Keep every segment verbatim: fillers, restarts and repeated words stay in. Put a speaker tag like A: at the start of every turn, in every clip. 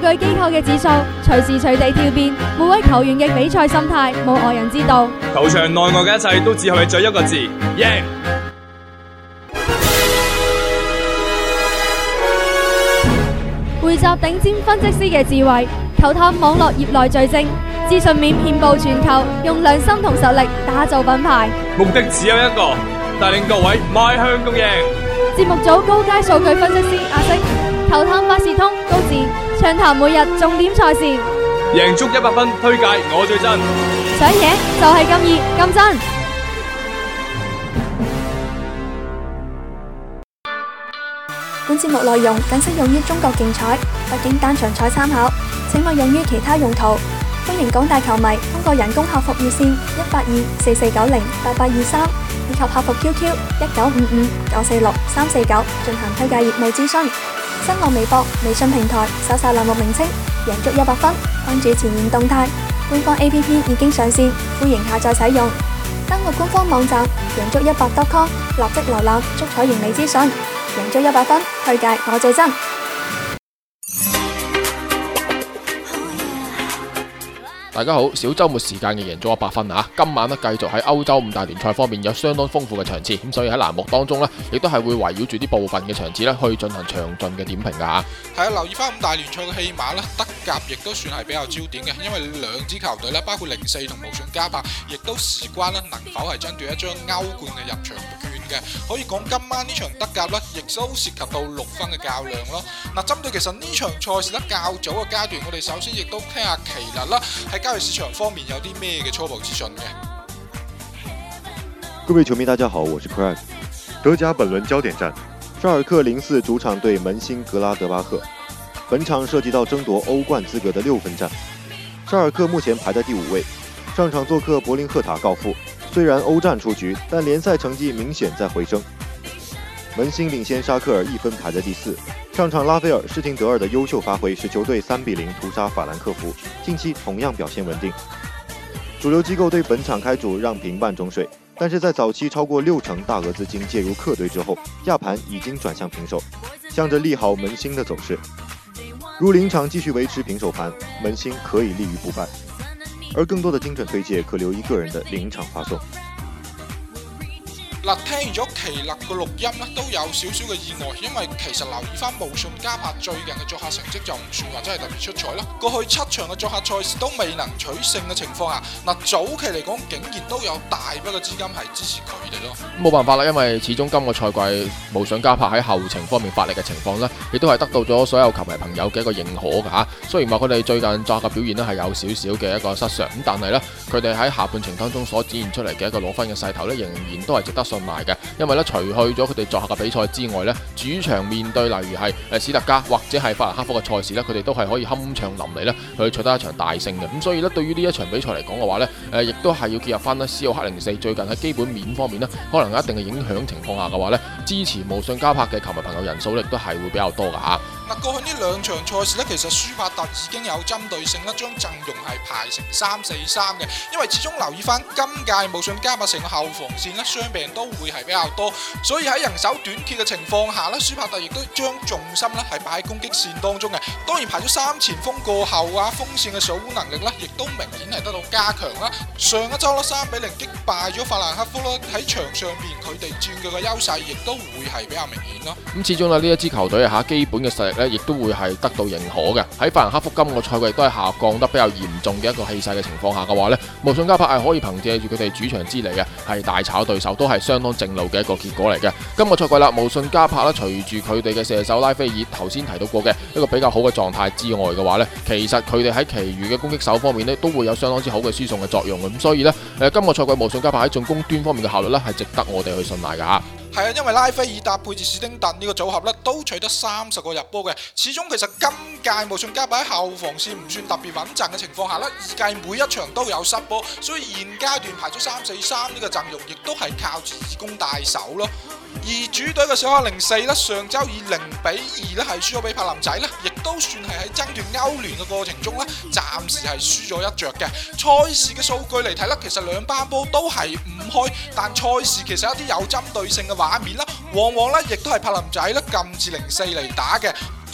A: 據機構嘅指數隨時隨地跳變，每位球員嘅比賽心態冇外人知道。
B: 球場內外嘅一切都只係在一個字：贏。
A: 匯集頂尖分析師嘅智慧，球探網絡業內最精，資訊面遍佈全球，用良心同實力打造品牌。
B: 目的只有一個，帶領各位邁向共贏。
A: 節目組高階數據分析師阿星，球探百事通高智，暢談每日重點賽事，
B: 贏足一百分，推介我最真，
A: 想贏就係咁易咁真。本節目內容僅適用於中國競彩，畢竟單場彩參考，請勿用於其他用途。歡迎廣大球迷通過人工客服熱線一八二四四九零八八二三以及客服 Q Q 一九五五九四六三四九進行推介業務諮詢。新浪微博、微信平台搜索欄目名稱贏足一百分，關注前沿動態。官方 A P P 已經上線，歡迎下載使用。登錄官方網站贏足一百 .com， 立即瀏覽足彩盈利資訊。贏足一百分，推介我最真。
C: 大家好，小周末時間嘅贏足一百分啊！今晚呢繼續喺歐洲五大聯賽方面有相當豐富嘅場次，咁所以喺欄目當中呢，亦都係會圍繞住啲部分嘅場次呢去進行詳盡嘅點評噶吓。
D: 係啊，留意翻五大聯賽嘅戲碼啦，德甲亦都算係比較焦點嘅，因為兩支球隊咧，包括零四同無信加柏，亦都事關咧能否係爭奪一張歐冠嘅入場券嘅。可以講今晚呢場德甲呢，亦都涉及到六分嘅較量咯。嗱，針對其實呢場賽事咧較早嘅階段，我哋首先亦都聽下奇勒啦，喺交易市場方面有啲咩嘅初步資訊嘅。
E: 各位球迷大家好，我是 Craig。德甲本輪焦點戰，沙爾克零四主場對門興格拉德巴赫。本場涉及到爭奪歐冠資格的六分戰，沙爾克目前排在第五位，上場做客柏林赫塔高阜，雖然歐戰出局，但聯賽成績明顯在回升。門興領先沙克爾一分排在第四，上場拉斐爾施廷德爾的優秀發揮使球隊三比零屠殺法蘭克福，近期同樣表現穩定。主流機構對本場開主讓平半中水，但是在早期超過六成大額資金介入客隊之後，亞盤已經轉向平手，向着利好門興的走勢。如臨場繼續維持平手盤，門興可以立於不敗，而更多的精準推介可留意個人的臨場發送。
D: 嗱，聽完咗奇勒嘅錄音咧，都有少少嘅意外，因為其實留意翻無信加柏最近嘅作客成績就唔算話真係特別出彩啦。過去七場嘅作客賽事都未能取勝嘅情況下，嗱早期嚟講竟然都有大筆嘅資金係支持佢哋咯。
C: 冇辦法啦，因為始終今個賽季無信加柏喺後程方面發力嘅情況呢，亦都係得到咗所有球迷朋友嘅一個認可㗎吓。雖然話佢哋最近作客嘅表現呢係有少少嘅一個失常，咁但係呢，佢哋喺下半程當中所展現出嚟嘅一個攞分嘅勢頭呢，仍然都係值得信賴嘅。因為咧，除去咗佢哋作客嘅比賽之外咧，主場面對例如係誒史特加或者係法蘭克福嘅賽事咧，佢哋都係可以酣暢淋漓咧去取得一場大勝嘅。咁所以咧，對於呢一場比賽嚟講嘅話咧，誒亦都係要結合翻咧斯奧克零四最近喺基本面方面咧，可能有一定嘅影響情況下嘅話咧，支持無信加柏嘅球迷朋友人數咧，亦都係會比較多噶吓。
D: 嗱，過去呢兩場賽事咧，其實舒帕特已經有針對性啦，將陣容係排成三四三嘅，因為始終留意翻今屆無信加柏成個後防線咧，傷病都會係比較多，所以喺人手短缺嘅情況下咧，舒帕特亦都將重心咧係擺喺攻擊線當中嘅。當然排咗三前鋒過後啊，鋒線嘅守護能力咧，亦都明顯係得到加強啦。上一周咧三比零擊敗咗法蘭克福啦，喺場上邊佢哋佔據嘅優勢亦都會係比較明顯咯。
C: 咁始終呢一支球隊啊，基本嘅實力咧，亦都會係得到認可嘅。喺法蘭克福今個賽季亦都係下降得比較嚴重嘅一個氣勢嘅情況下嘅話咧，無信加柏係可以憑借住佢哋主場之利嘅係大炒對手，都係相當正路嘅一個結果嚟嘅。今個賽季啦，無信加柏啦，隨住佢哋嘅射手拉斐爾頭先提到過嘅一個比較好嘅狀態之外嘅話咧，其實佢哋喺其餘嘅攻擊手方面咧，都會有相當之好嘅輸送嘅作用嘅。咁所以咧，誒今個賽季無信加柏喺進攻端方面嘅效率咧，係值得我哋去信賴噶吓。
D: 係啊，因為拉斐爾搭配住史丁頓呢個組合咧，都取得三十個入波嘅。始終其實今屆無信加柏喺後防線唔算特別穩陣嘅情況下咧，預計每一場都有失波，所以現階段排咗三四三呢個陣容，亦都係靠住以攻帶守咯。而主隊嘅小克零四咧，上周以零比二咧係輸咗俾柏林仔咧，亦都算係喺爭奪歐聯嘅過程中咧，暫時係輸咗一着嘅。賽事嘅數據嚟睇咧，其實兩班波都係五開，但賽事其實一啲有針對性嘅畫面啦，往往咧亦都係柏林仔咧禁至零四嚟打嘅。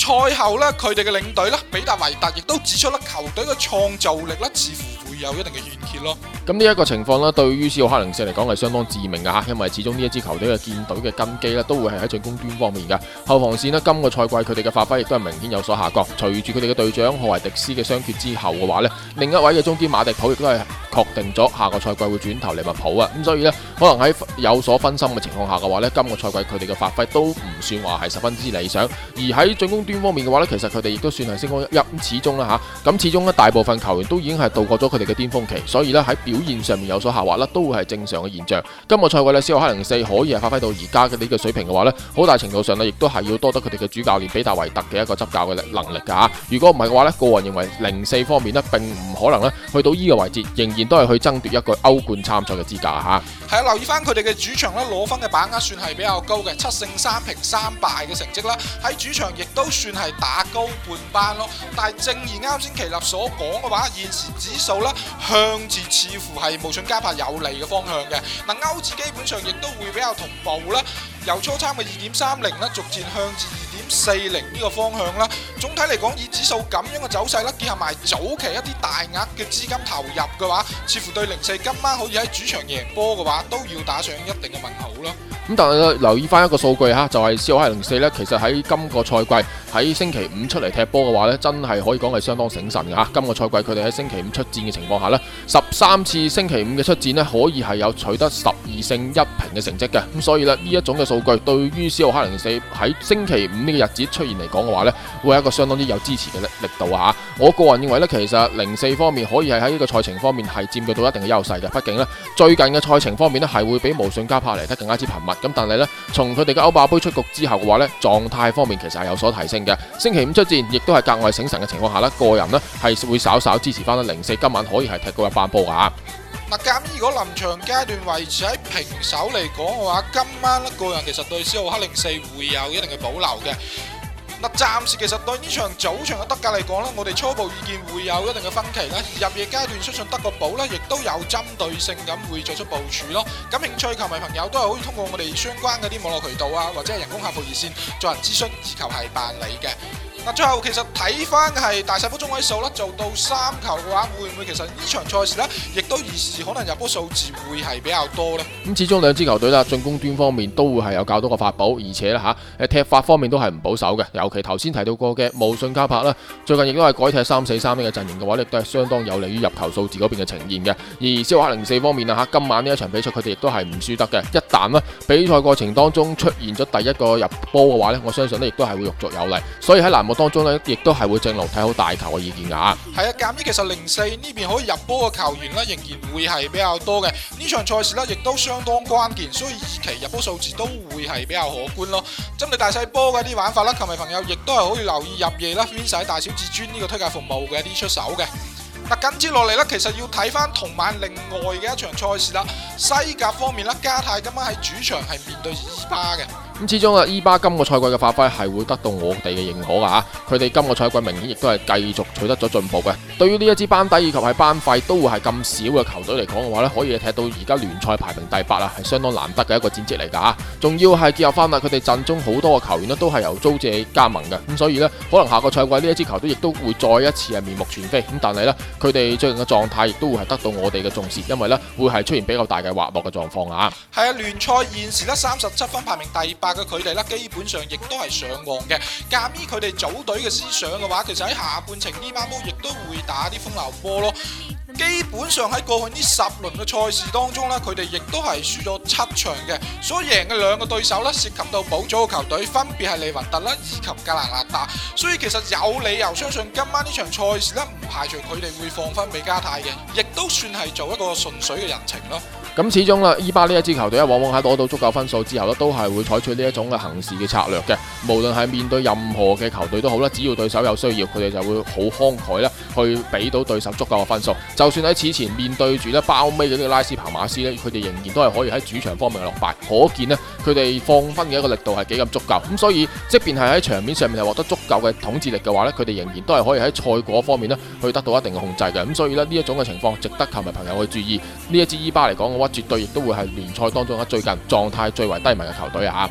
D: 賽後咧，佢哋嘅領隊咧，比達維特亦都指出咧，球隊嘅創造力咧，似乎會有一定嘅欠缺咯。
C: 咁呢一個情況咧，對於斯奧克零四嚟講係相當致命嘅嚇，因為始終呢一支球隊嘅建隊嘅根基咧，都會係喺進攻端方面嘅。後防線呢，今個賽季佢哋嘅發揮亦都係明顯有所下降。隨住佢哋嘅隊長荷維迪斯嘅傷缺之後嘅話呢，另一位嘅中堅馬迪普亦都係確定咗下個賽季會轉投利物浦啊。咁所以呢，可能喺有所分心嘅情況下嘅話呢，今個賽季佢哋嘅發揮都唔算話係十分之理想。而喺進攻端方面嘅話呢，其實佢哋亦都算係星光熠熠。咁始終啦嚇，咁始終呢，大部分球員都已經係度過咗佢哋嘅巔峰期，所以呢，喺表現上面有所下滑啦，都會係正常嘅現象。今個賽季呢，斯奧克零四可以係發揮到而家嘅呢個水平嘅話呢，好大程度上呢，亦都係要多得佢哋嘅主教練比達維特嘅一個執教嘅能力㗎嚇。如果唔係嘅話呢，個人認為零四方面呢，並唔可能呢去到呢個位置，仍然都係去爭奪一個歐冠參賽嘅資格嚇。
D: 係啊，留意翻佢哋嘅主場咧，攞分嘅把握算係比較高嘅，七勝三平三敗嘅成績啦。喺主場亦都算係打高半班咯。但係正如啱先奇立所講嘅話，現時指數咧向住似乎係慕遜加柏有利嘅方向嘅。嗱，歐指基本上亦都會比較同步啦，由初參嘅二點三零啦，逐漸向至二點四零呢個方向啦。總體嚟講，以指數咁樣嘅走勢啦，結合埋早期一啲大額嘅資金投入嘅話，似乎對零四今晚可以喺主場贏波嘅話，都要打上一定嘅問號咯。
C: 咁但係留意翻一個數據嚇，就係斯奧克零四呢，其實喺今個賽季喺星期五出嚟踢波嘅話呢，真係可以講係相當醒神嘅嚇。今個賽季佢哋喺星期五出戰嘅情況下呢，十三次星期五嘅出戰呢，可以係有取得十二勝一平嘅成績嘅。咁所以呢，呢一種嘅數據對於斯奧克零四喺星期五呢個日子出現嚟講嘅話呢，會係一個相當之有支持嘅力力度嚇。我個人認為呢，其實零四方面可以係喺呢個賽程方面係佔據到一定嘅優勢嘅。畢竟呢，最近嘅賽程方面呢，係會比慕遜加柏嚟得更加之頻密。咁但係呢，從佢哋嘅歐霸杯出局之後嘅話呢，狀態方面其實係有所提升嘅。星期五出戰亦都係格外醒神嘅情況下呢，個人呢係會稍稍支持翻零四今晚可以係踢高一班波噶。
D: 嗱，鑑於如果臨場階段維持喺平手嚟講嘅話，今晚呢個人其實對斯奧克零四會有一定嘅保留嘅。嗱，暫時其實對呢場早場嘅德甲嚟講咧，我哋初步意見會有一定嘅分歧啦。入夜階段相信德國寶咧，亦都有針對性咁會作出部署咯。感興趣球迷朋友都係可以通過我哋相關嗰啲網絡渠道啊，或者係人工客服熱線進行諮詢以及係辦理嘅。嗱，最後其實睇翻係大細波中位數啦，做到三球嘅話，會唔會其實呢場賽事呢，亦都預示可能入波數字會係比較多呢？咁
C: 始終兩支球隊啦，進攻端方面都會係有較多個法寶，而且啦嚇，誒踢法方面都係唔保守嘅。尤其頭先提到過嘅慕遜加柏啦，最近亦都係改踢三四三呢個陣型嘅話，亦都係相當有利於入球數字嗰邊嘅呈現嘅。而斯奧克零四方面啊嚇，今晚呢一場比賽佢哋亦都係唔輸得嘅。一旦呢比賽過程當中出現咗第一個入波嘅話呢，我相信呢亦都係會陸續有利。所以喺欄目當中呢，亦都係會正路睇好大球嘅意見噶。
D: 係啊，鑑於其實零四呢邊可以入波嘅球員呢，仍然會係比較多嘅。呢場賽事呢，亦都相當關鍵，所以二期入波數字都會係比較可觀咯。針對大細波嘅啲玩法啦，球迷朋友亦都係可以留意入夜啦 Vincent 大小至尊呢個推介服務嘅一啲出手嘅。嗱，緊接落嚟咧，其實要睇翻同晚另外嘅一場賽事啦。西甲方面啦，加泰今晚喺主場係面對伊巴嘅。
C: 咁始終啊，伊巴今個賽季嘅發揮係會得到我哋嘅認可噶吓，佢哋今個賽季明顯亦都係繼續取得咗進步嘅。對於呢一支班底以及係班費都會係咁少嘅球隊嚟講嘅話呢，可以踢到而家聯賽排名第八啊，係相當難得嘅一個戰績嚟噶吓。仲要係結合翻啦，佢哋陣中好多嘅球員咧都係由租借加盟嘅，咁所以呢，可能下個賽季呢一支球隊亦都會再一次係面目全非。咁但係呢，佢哋最近嘅狀態亦都會係得到我哋嘅重視，因為呢會係出現比較大嘅滑落嘅狀況啊。
D: 係啊，聯賽現時呢三十七分排名第八嘅佢哋呢，基本上亦都係上岸嘅。鑑於佢哋組隊嘅思想嘅話，其實喺下半程呢班波亦都會打啲風流波咯。基本上喺過去呢十輪嘅賽事當中呢，佢哋亦都係輸咗七場嘅，所贏嘅兩個對手呢，涉及到保組嘅球隊，分別係利雲特啦以及格蘭納達，所以其實有理由相信今晚呢場賽事呢，唔排除佢哋會放分俾加泰嘅，亦都算係做一個順水嘅人情咯。
C: 咁始終啦，伊巴呢一支球隊往往喺攞到足夠分數之後咧，都係會採取呢一種嘅行事嘅策略嘅。無論係面對任何嘅球隊都好啦，只要對手有需要，佢哋就會好慷慨啦，去俾到對手足夠嘅分數。就算喺此前面對住咧包尾嘅呢個拉斯彭馬斯咧，佢哋仍然都係可以喺主場方面落敗，可見呢，佢哋放分嘅一個力度係幾咁足夠。咁所以，即便係喺場面上面係獲得足夠嘅統治力嘅話呢，佢哋仍然都係可以喺賽果方面呢去得到一定嘅控制嘅。咁所以呢，呢一種嘅情況值得球迷朋友去注意。呢一支伊巴嚟講嘅話，絕對亦都會係聯賽當中咧最近狀態最為低迷嘅球隊啊！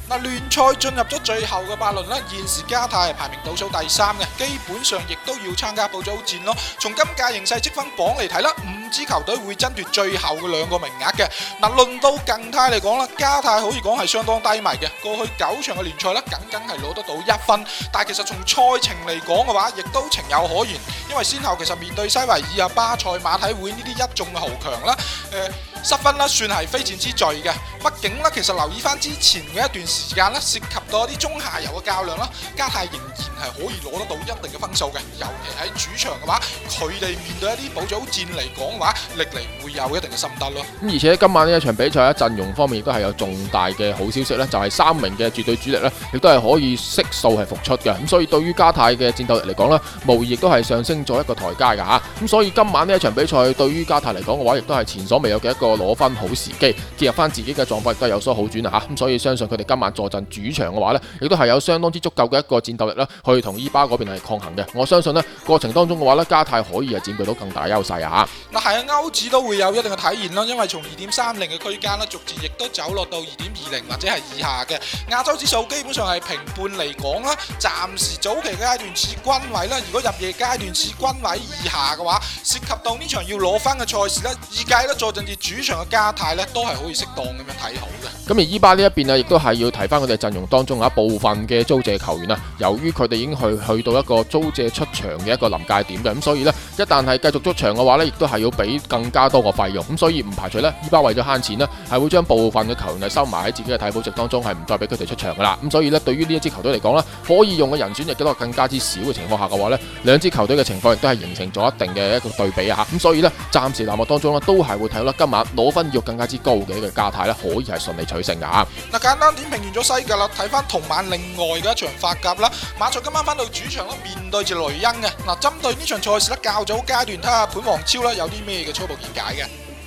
D: 嗱，聯賽進入咗最後嘅八輪啦，現時加泰係排名倒數第三嘅，基本上亦都要參加保組戰咯。從今屆形勢積分榜嚟睇啦，五支球隊會爭奪最後嘅兩個名額嘅。嗱，論到近態嚟講啦，加泰可以講係相當低迷嘅，過去九場嘅聯賽咧，僅僅係攞得到一分。但係其實從賽程嚟講嘅話，亦都情有可原，因為先後其實面對西維爾啊、巴塞、馬體會呢啲一眾嘅豪強啦，誒、呃。失分啦，算係非戰之罪嘅。畢竟咧，其實留意翻之前嘅一段時間咧，涉及到一啲中下游嘅較量啦，加泰仍然係可以攞得到一定嘅分數嘅。尤其喺主場嘅話，佢哋面對一啲保組戰嚟講嘅話，歷嚟會有一定嘅心得咯。
C: 咁而且今晚呢一場比賽喺陣容方面亦都係有重大嘅好消息咧，就係、是、三名嘅絕對主力咧，亦都係可以悉數係復出嘅。咁所以對於加泰嘅戰鬥力嚟講咧，無疑亦都係上升咗一個台階㗎嚇。咁所以今晚呢一場比賽對於加泰嚟講嘅話，亦都係前所未有嘅一個攞分好時機，結合翻自己嘅狀況亦都有所好轉啊！咁所以相信佢哋今晚坐鎮主場嘅話呢，亦都係有相當之足夠嘅一個戰鬥力啦，去同伊巴嗰邊係抗衡嘅。我相信呢過程當中嘅話呢，加泰可以係佔據到更大優勢啊！
D: 嗱，係啊，歐指都會有一定嘅體現啦，因為從二點三零嘅區間啦，逐漸亦都走落到二點二零或者係以下嘅。亞洲指數基本上係平半嚟講啦，暫時早期嘅階段似均位啦，如果入夜階段似均位以下嘅話，涉及到呢場要攞分嘅賽事呢，預計咧坐鎮住主場嘅加泰咧都係可以適當咁樣睇好嘅。
C: 咁而伊巴呢一邊啊，亦都係要提翻佢哋陣容當中啊部分嘅租借球員啊，由於佢哋已經去去到一個租借出場嘅一個臨界點嘅，咁所以呢，一旦係繼續出場嘅話呢，亦都係要俾更加多個費用，咁所以唔排除呢，伊巴為咗慳錢呢，係會將部分嘅球員係收埋喺自己嘅替補席當中，係唔再俾佢哋出場噶啦。咁所以呢，對於呢一支球隊嚟講呢，可以用嘅人選亦都係更加之少嘅情況下嘅話呢，兩支球隊嘅情況亦都係形成咗一定嘅一個對比啊。咁所以呢，暫時欄目當中呢，都係會睇到今晚攞分要更加之高嘅一個加泰呢，可以係順利取勝噶吓。
D: 嗱，簡單點評完咗西甲啦，睇翻同晚另外嘅一場法甲啦，馬賽今晚翻到主場啦，面對住雷恩嘅。嗱，針對呢場賽事咧，較早階段睇下盤王超啦有啲咩嘅初步見解嘅。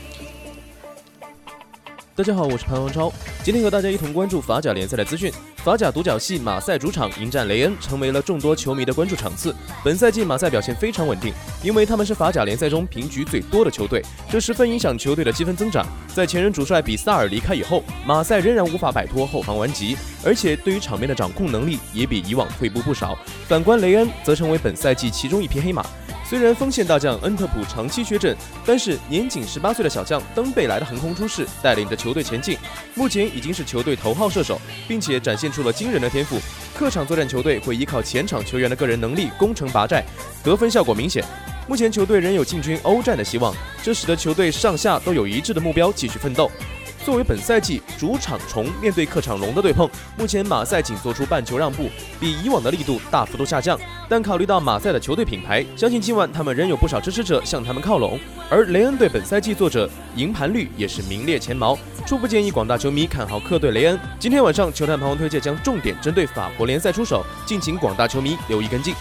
F: 大家好，我是潘王超，今天和大家一同關注法甲聯賽的資訊。法甲獨角戲馬賽主場迎戰雷恩，成為了眾多球迷的關注場次。本賽季馬賽表現非常穩定，因為他們是法甲聯賽中平局最多的球隊，這十分影響球隊的積分增長。在前任主帥比薩爾離開以後，馬賽仍然無法擺脫後防頑疾，而且對於場面的掌控能力也比以往退步不少。反觀雷恩，則成為本賽季其中一匹黑馬。雖然鋒線大將恩特普長期缺陣，但是年僅十八歲的小將登貝萊的橫空出世，帶領着球隊前進，目前已經是球隊頭號射手，並且展現出了驚人的天賦。客場作戰球隊會依靠前場球員的個人能力攻城拔寨，得分效果明顯。目前球隊仍有進軍歐戰的希望，這使得球隊上下都有一致的目標繼續奮鬥。作為本賽季主場蟲面對客場龍的對碰，目前馬賽僅做出半球讓步，比以往的力度大幅度下降。但考慮到馬賽的球隊品牌，相信今晚他們仍有不少支持者向他們靠攏。而雷恩隊本賽季作者贏盤率也是名列前茅，初步建議廣大球迷看好客隊雷恩。今天晚上球探盤王推介將重點針對法國聯賽出手，敬請廣大球迷留意跟進。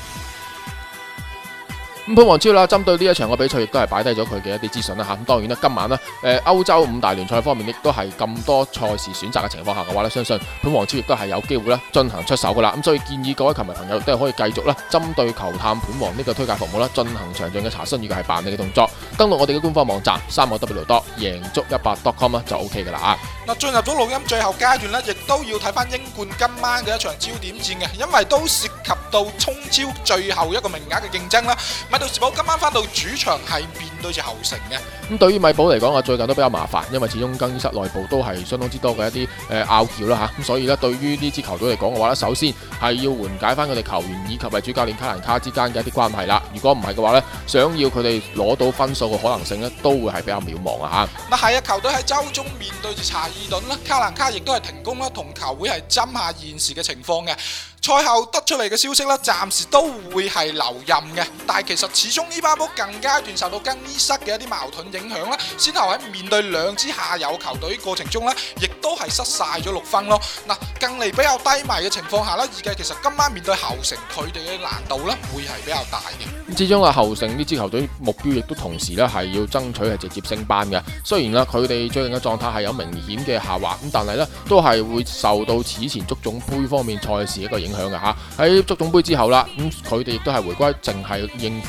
C: 咁潘王超啦，針對呢一場嘅比賽，亦都係擺低咗佢嘅一啲資訊啦嚇。咁當然啦，今晚呢，誒歐洲五大聯賽方面，亦都係咁多賽事選擇嘅情況下嘅話咧，相信潘王超亦都係有機會咧進行出手噶啦。咁所以建議各位球迷朋友都係可以繼續啦，針對球探盤王呢個推介服務啦，進行詳盡嘅查詢以及係辦理嘅動作。登錄我哋嘅官方網站三個 W 多贏足一百 .com 啦，就 O K 噶啦。
D: 嗱，進入咗錄音最後階段咧，亦都要睇翻英冠今晚嘅一場焦點戰嘅，因為都涉及到衝超最後一個名額嘅競爭啦。米杜士堡今晚翻到主場係面對住侯城嘅。
C: 咁對於米堡嚟講啊，最近都比較麻煩，因為始終更衣室內部都係相當之多嘅一啲誒拗撬啦嚇。咁所以咧，對於呢支球隊嚟講嘅話咧，首先係要緩解翻佢哋球員以及係主教練卡蘭卡之間嘅一啲關係啦。如果唔係嘅話咧，想要佢哋攞到分數嘅可能性咧，都會係比較渺茫啊嚇。嗱係啊，球隊喺周中面對住查爾頓啦，卡蘭卡亦都係停工啦，同球會係針下現時嘅情況嘅。賽後得出嚟嘅消息咧，暫時都會係留任嘅，但係其實始終呢班波近階段受到更衣室嘅一啲矛盾影響啦，先後喺面對兩支下游球隊過程中咧，亦都係失晒咗六分咯。嗱，近嚟比較低迷嘅情況下咧，預計其實今晚面對侯城，佢哋嘅難度咧會係比較大嘅。 始終啊，侯城呢支球隊目標亦都同時咧係要爭取係直接升班嘅。雖然啦，佢哋最近嘅狀態係有明顯嘅下滑，咁但係咧都係會受到此前足總杯方面賽事一個影響嘅吓。喺足總杯之後啦，咁佢哋亦都係回歸淨係應付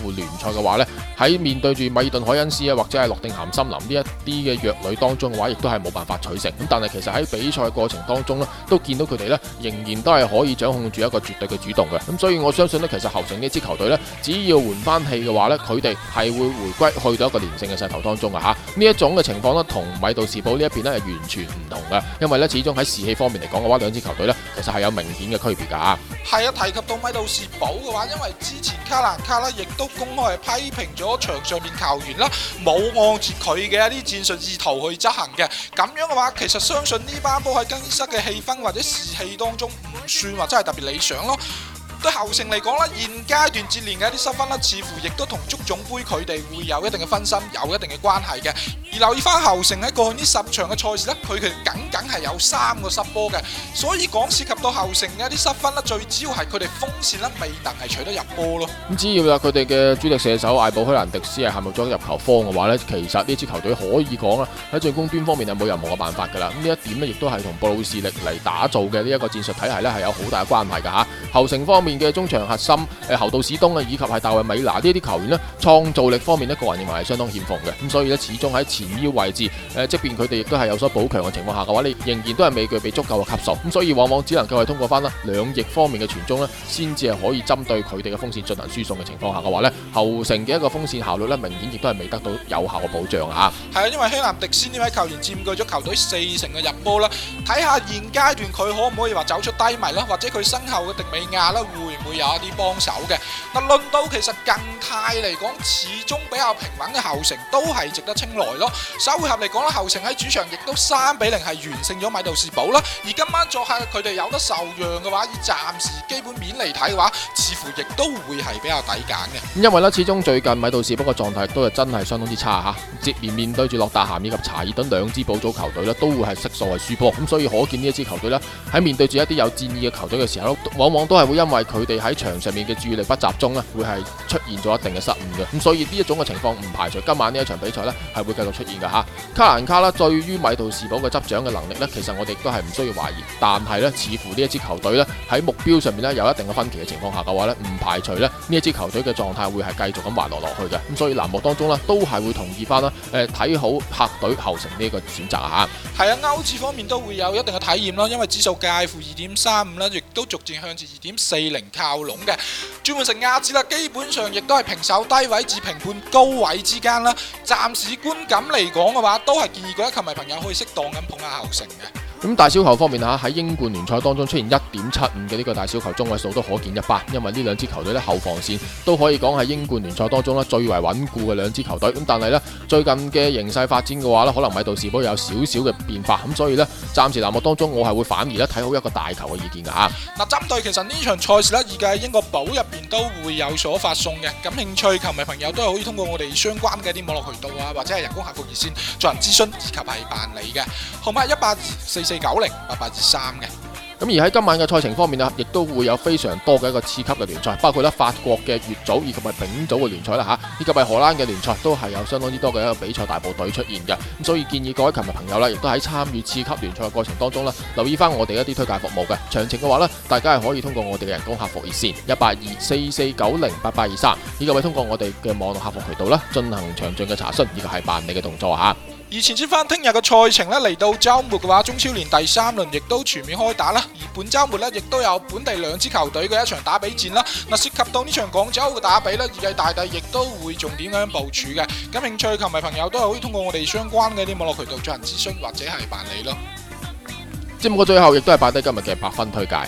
C: 乎聯賽嘅話呢，喺面對住米爾頓凱恩斯啊，或者係諾定咸森林呢一啲嘅弱旅當中嘅話，亦都係冇辦法取勝。咁但係其實喺比賽過程當中呢，都見到佢哋呢仍然都係可以掌控住一個絕對嘅主動嘅。咁所以我相信呢，其實侯城呢支球隊呢，只要換翻氣嘅話呢，佢哋係會回歸去到一個連勝嘅勢頭當中嘅吓。呢一種嘅情況呢，同米杜士堡呢一邊呢係完全唔同嘅，因為呢始終喺士氣方面嚟講嘅話，兩支球隊呢其實係有明顯嘅區別噶。
D: 係啊，提及到米杜士堡嘅話，因為之前卡蘭卡啦亦都公開係批評咗場上面球員啦，冇按住佢嘅一啲戰術意圖去執行嘅。咁樣嘅話，其實相信呢班波喺更衣室嘅氣氛或者士氣當中唔算話真係特別理想咯。對侯城嚟講啦，現階段接連嘅一啲失分啦，似乎亦都同足總杯佢哋會有一定嘅分心，有一定嘅關係嘅。而留意翻侯城喺過去呢十場嘅賽事咧，佢哋僅僅係有三個失波嘅，所以講涉及到侯城嘅一啲失分啦，最主要係佢哋鋒線啦未能係取得入波咯。
C: 咁只要啦，佢哋嘅主力射手艾布希蘭迪斯係陷入咗入球荒嘅話呢，其實呢支球隊可以講啦，喺進攻端方面係冇任何嘅辦法噶啦。咁呢一點呢，亦都係同布魯士力嚟打造嘅呢一個戰術體系呢係有好大嘅關係噶吓。侯城方面嘅中場核心誒侯道史東啊，以及係大衛米拿呢啲球員呢，創造力方面呢，個人認為係相當欠奉嘅。咁所以呢，始終喺前腰位置誒，即便佢哋亦都係有所補強嘅情況下嘅話，你仍然都係未具備足夠嘅級數。咁所以往往只能夠係通過翻啦兩翼方面嘅傳中呢，先至係可以針對佢哋嘅鋒線進行輸送嘅情況下嘅話呢，侯城嘅一個鋒線效率呢，明顯亦都係未得到有效嘅保障啊！
D: 係啊，因為希南迪斯呢位球員佔據咗球隊四成嘅入波啦，睇下現階段佢可唔可以話走出低迷啦，或者佢身後嘅迪美亞啦，會唔會有一啲幫手嘅？嗱，論到其實近態嚟講，始終比較平穩嘅侯城都係值得青睞咯。首回合嚟講啦，侯城喺主場亦都三比零係完勝咗米杜士堡啦。而今晚作客佢哋有得受讓嘅話，以暫時基本面嚟睇嘅話，似乎亦都會係比較抵揀嘅。
C: 因為咧，始終最近米杜士堡嘅狀態都係真係相當之差吓，接連面對住洛達咸以及查爾頓兩支保組球隊咧，都會係悉數係輸波。咁所以可見呢一支球隊咧，喺面對住一啲有戰意嘅球隊嘅時候，往往都係會因為佢哋喺場上面嘅注意力不集中咧，會係出現咗一定嘅失誤嘅。咁所以呢一種嘅情況唔排除今晚呢一場比賽咧係會繼續出現嘅吓。卡蘭卡啦，對於米杜士堡嘅執掌嘅能力咧，其實我哋都係唔需要懷疑，但係咧，似乎呢一支球隊咧喺目標上面咧有一定嘅分歧嘅情況下嘅話咧，唔排除咧呢一支球隊嘅狀態會係繼續咁滑落落去嘅。咁所以欄目當中咧都係會同意翻啦，誒睇好客隊侯城呢個選擇啊。
D: 係啊，歐指方面都會有一定嘅體驗啦，因為指數介乎二點三五啦，亦都逐漸向住二點四零靠攏嘅。轉換成亞指啦，基本上亦都係平手低位至平半高位之間啦。暫時觀感嚟講嘅話，都係建議各位球迷朋友可以適當咁捧下侯城嘅。
C: 咁大小球方面吓，喺英冠聯賽當中出現一點七五嘅呢個大小球中位數都可見一斑，因為呢兩支球隊咧後防線都可以講係英冠聯賽當中咧最為穩固嘅兩支球隊。咁但係咧最近嘅形勢發展嘅話咧，可能米杜士堡有少少嘅變化，咁所以咧暫時欄目當中我係會反而咧睇好一個大球嘅意見噶吓。嗱，針對其實呢場賽事咧，預計英國寶入邊都會有所發送嘅，感興趣球迷朋友都係可以通過我哋相關嘅一啲網絡渠道啊，或者係人工客服熱線進行諮詢以及係辦理嘅，號碼係一八四四九零八八二三嘅。咁而喺今晚嘅賽程方面啊，亦都會有非常多嘅一個次級嘅聯賽，包括咧法國嘅乙組以及係丙組嘅聯賽啦吓，以及係荷蘭嘅聯賽都係有相當之多嘅一個比賽大部隊出現嘅。咁所以建議各位球迷朋友咧，亦都喺參與次級聯賽嘅過程當中咧，留意翻我哋一啲推介服務嘅詳情嘅話咧，大家係可以通過我哋嘅人工客服熱線一八二四四九零八八二三，以及係通過我哋嘅網絡客服渠道啦，進行詳盡嘅查詢以及係辦理嘅動作吓。
D: 而前瞻翻聽日嘅賽程咧，嚟到週末嘅話，中超聯第三輪亦都全面開打啦。而本週末咧，亦都有本地兩支球隊嘅一場打比戰啦。嗱，涉及到呢場廣州嘅打比咧，預計大帝亦都會重點咁樣部署嘅。感興趣球迷朋友都係可以通過我哋相關嘅啲網絡渠道進行諮詢或者係辦理咯。
C: 節目嘅最後亦都係擺低今日嘅百分推介，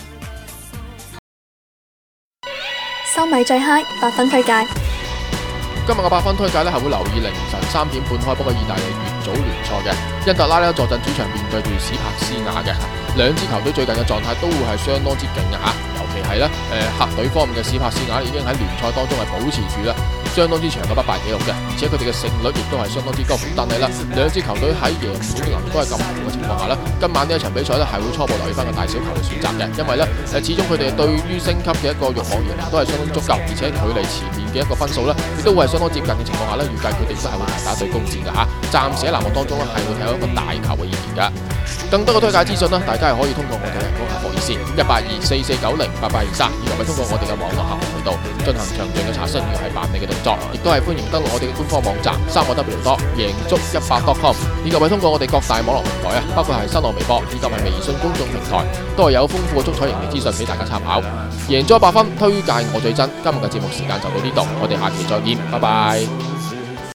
A: 收米最 high 百分推介。
C: 今日嘅百分推介咧係會留意凌晨三點半開波嘅意大利乙組聯賽嘅，因特拉咧坐鎮主場面對住史柏斯亞嘅，兩支球隊最近嘅狀態都會係相當之勁嘅吓，尤其係咧誒客隊方面嘅史柏斯亞已經喺聯賽當中係保持住咧相當之長嘅不敗記錄嘅，而且佢哋嘅勝率亦都係相當之高。但係咧兩支球隊喺贏盤能力都係咁好嘅情況下咧，今晚呢一場比賽咧係會初步留意翻個大小球嘅選擇嘅，因為咧誒始終佢哋對於升級嘅一個慾望仍然都係相當足夠，而且距離前面嘅一個分數咧，亦都會係相當接近嘅情況下咧，預計佢哋都係會大打對攻戰嘅嚇。暫時喺欄目當中咧係會睇到一個大球嘅意見㗎。更多嘅推介資訊呢，大家係可以通過我哋嘅人工客服熱線一八二四四九零八八二三，以及係通過我哋嘅網絡客服渠道進行詳盡嘅查詢，以及係辦理嘅動作，亦都係歡迎登錄我哋嘅官方網站三個 W 多贏足一百 .com， 以及係通過我哋各大網絡平台啊，包括係新浪微博以及係微信公眾平台，都係有豐富嘅足彩盈利資訊俾大家參考。贏咗一百分，推介我最真。今日嘅節目時間就到呢度，我哋下期再見，拜拜。